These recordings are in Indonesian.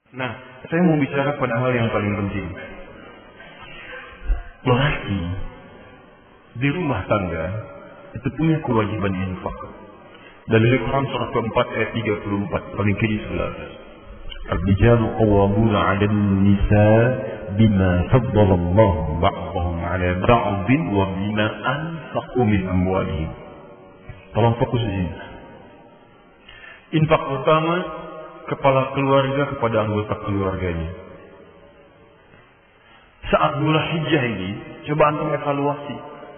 Nah, saya mau bicara pada hal yang paling penting. Lelaki di rumah tangga itu punya kewajiban infak. Dari Al-Quran surah keempat ayat 34 paling kiri 11. Ar-rijalu qawwamuna 'alan nisa bima faddala Allah ba'dahum 'ala ba'din wa bima anfaqu min amwalihim. Tolong fokus di sini. Infak utama kepala keluarga kepada anggota keluarganya. Saat bulan Hijjah ini, coba antum evaluasi.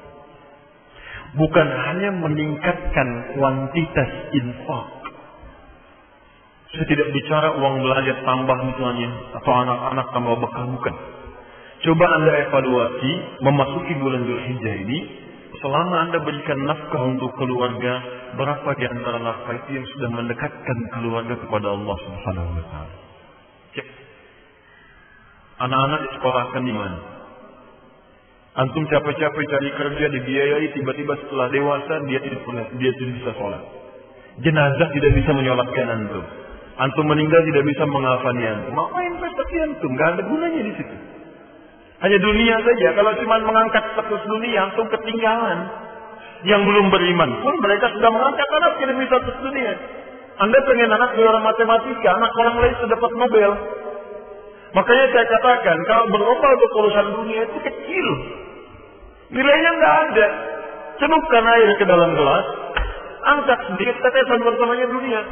Bukan hanya meningkatkan kuantitas infak. Saya tidak bicara uang belanja tambah misalnya, atau anak-anak tambah bekal, bukan. Coba Anda evaluasi, memasuki bulan Dzulhijjah ini, selama Anda berikan nafkah untuk keluarga, berapa di antara nafkah itu yang sudah mendekatkan keluarga kepada Allah Subhanahu wa taala? Cek. Anak-anak disekolahkan di mana? Antum capek-capek cari kerja, dibiayai, tiba-tiba setelah dewasa dia tidak bisa sholat. Jenazah tidak bisa menyolatkan antum. Antum meninggal tidak bisa mengafani antum. Apa investasi antum? Gak ada gunanya di situ. Hanya dunia saja. Kalau cuma mengangkat status dunia, antum ketinggalan. Yang belum beriman pun mereka sudah mengangkat anaknya demi status dunia. Anda pengen anak juara matematika, anak orang lain sudah dapat Nobel. Makanya saya katakan, kalau berlomba untuk urusan dunia itu kecil. Nilainya nggak ada. Celupkan air ke dalam gelas, angkat sedikit, tetesan bersamanya dunia.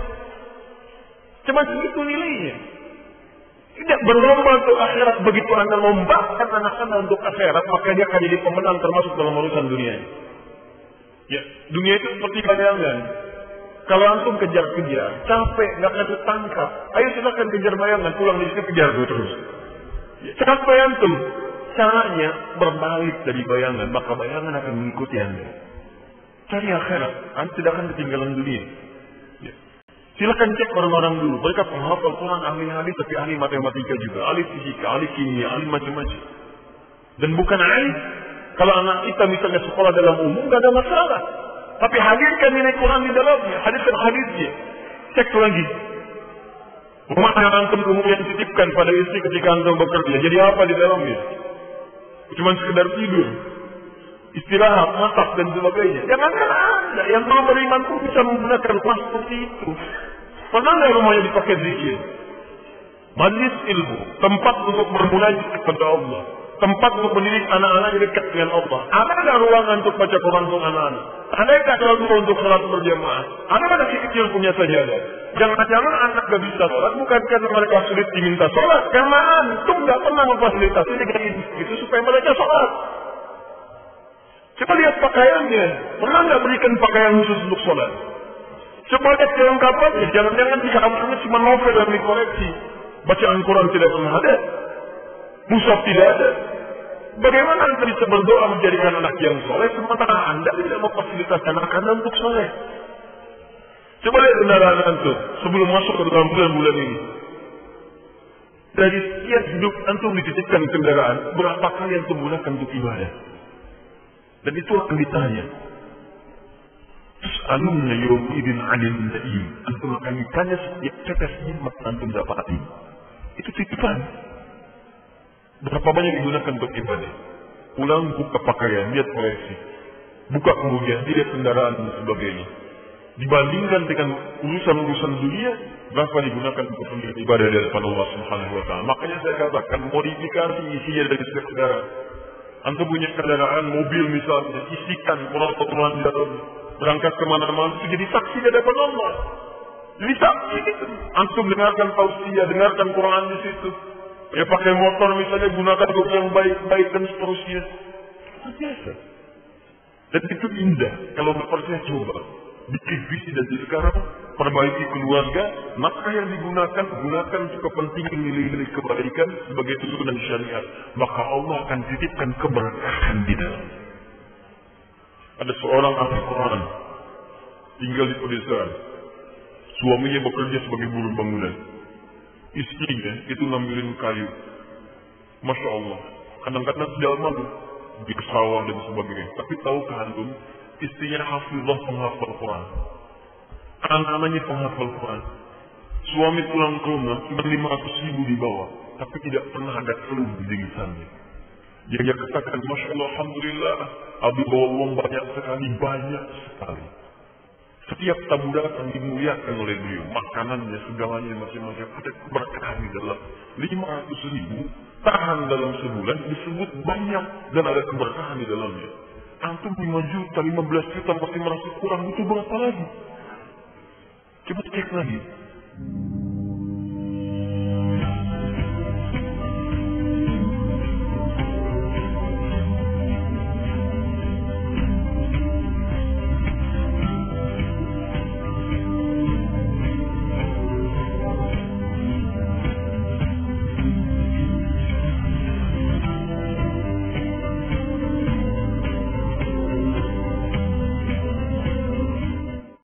Cuma segitu nilainya. Tidak berlomba untuk akhirat. Begitu Anda lombakan anak Anda untuk akhirat, maka dia akan jadi pemenang termasuk dalam urusan dunia. Ya, dunia itu seperti bayangan. Kalau antum kejar-kejar, capek, nggak akan tertangkap. Ayo silakan kejar bayangan, pulang di sini kejar terus. Ya, capek antum. Caranya berbalik dari bayangan, maka bayangan akan mengikuti Anda. Cari akhirat, Anda tidak akan ketinggalan dunia. Ya. Silakan cek orang-orang dulu. Mereka penghafal Quran, ahli hadis, tapi ahli matematika juga, ahli fisika, ahli kimia, ahli macam-macam. Dan bukan aib kalau anak kita misalnya sekolah dalam umum, nggak ada masalah. Tapi hadirkan nilai Quran di dalamnya, hadirkan hadisnya. Cek lagi. Rumah yang antum kemudian titipkan pada istri ketika antum bekerja, jadi apa di dalamnya? Cuma sekedar tidur, istirahat, masak dan sebagainya. Jangan ada. Yang mau beriman pun bisa menggunakan rumah seperti itu. Pernah nggak rumahnya dipakai zikir? Majlis ilmu, tempat untuk bermunajat kepada Allah, tempat untuk mendidik anak-anak dekat dengan Allah. Ada nggak ruangan untuk baca Quran untuk anak-anak? Ada nggak ruangan untuk sholat berjamaah? Ada nggak si kecil punya sajadah? Jangan-jangan anak gak bisa sholat bukan karena mereka sulit diminta sholat, karena antum nggak pernah memfasilitasi dengan itu supaya mereka sholat. Coba lihat pakaiannya, pernah nggak berikan pakaian khusus untuk sholat? Coba lihat kelengkapannya, jangan-jangan di kamarnya cuma novel yang dikoleksi. Bacaan Quran tidak pernah ada, mushaf tidak ada. Bagaimana Anda bisa berdoa menjadikan anak yang soleh sementara Anda tidak memfasilitasi anak Anda untuk soleh? Coba lihat kendaraan antum sebelum masuk ke dalam bulan-bulan ini. Dari sekian hidup antum dititipkan kendaraan, berapa kali antum gunakan untuk ibadah? Dan itu akan ditanya. Tus'alunna yawmidin 'anil na'im. Antum akan ditanya setiap tetes nikmat antum dapati. Itu titipan. Berapa banyak digunakan untuk ibadah? Pulang buka pakaian, lihat koleksi. Buka kemudian, lihat kendaraan dan sebagainya. Dibandingkan dengan urusan-urusan dunia, berapa digunakan untuk ibadah di hadapan Allah Subhanahu wa taala. Makanya saya katakan modifikasi isinya dari setiap kendaraan. Antum punya kendaraan mobil misalnya, isikan Quran di dalam, berangkat kemana-mana itu jadi saksi di hadapan Allah. Jadi saksi itu. Antum dengarkan tausiah, dengarkan Quran di situ. Ya pakai motor misalnya, gunakan untuk yang baik-baik dan seterusnya. Itu biasa. Dan itu indah. Kalau berpercaya coba. Bikin visi dan sekarang perbaiki keluarga, maka yang digunakan untuk kepentingan nilai-nilai kebaikan sebagai turunan syariat. Maka Allah akan titipkan keberkahan di dalam. Ada seorang ahli Quran tinggal di pedesaan. Suaminya bekerja sebagai buruh bangunan. Istrinya itu ngambilin kayu. Masya Allah. Kadang-kadang tidak malu di sawah dan sebagainya. Tapi tahukah antum, istrinya hafizah penghafal Quran. Anak-anaknya penghafal Quran. Suami pulang ke rumah cuma 500.000 di bawah, tapi tidak pernah ada keluh di lisannya. Dia katakan, Masya Allah, Alhamdulillah, Abi bawa uang banyak sekali. Setiap tamu datang dimuliakan oleh beliau, makanannya, segalanya, macam-macam, ada keberkahan di dalam. 500.000 tahan dalam sebulan disebut banyak dan ada keberkahan di dalamnya. Antum 5 juta, 15 juta masih merasa kurang, itu berapa lagi? Coba cek lagi.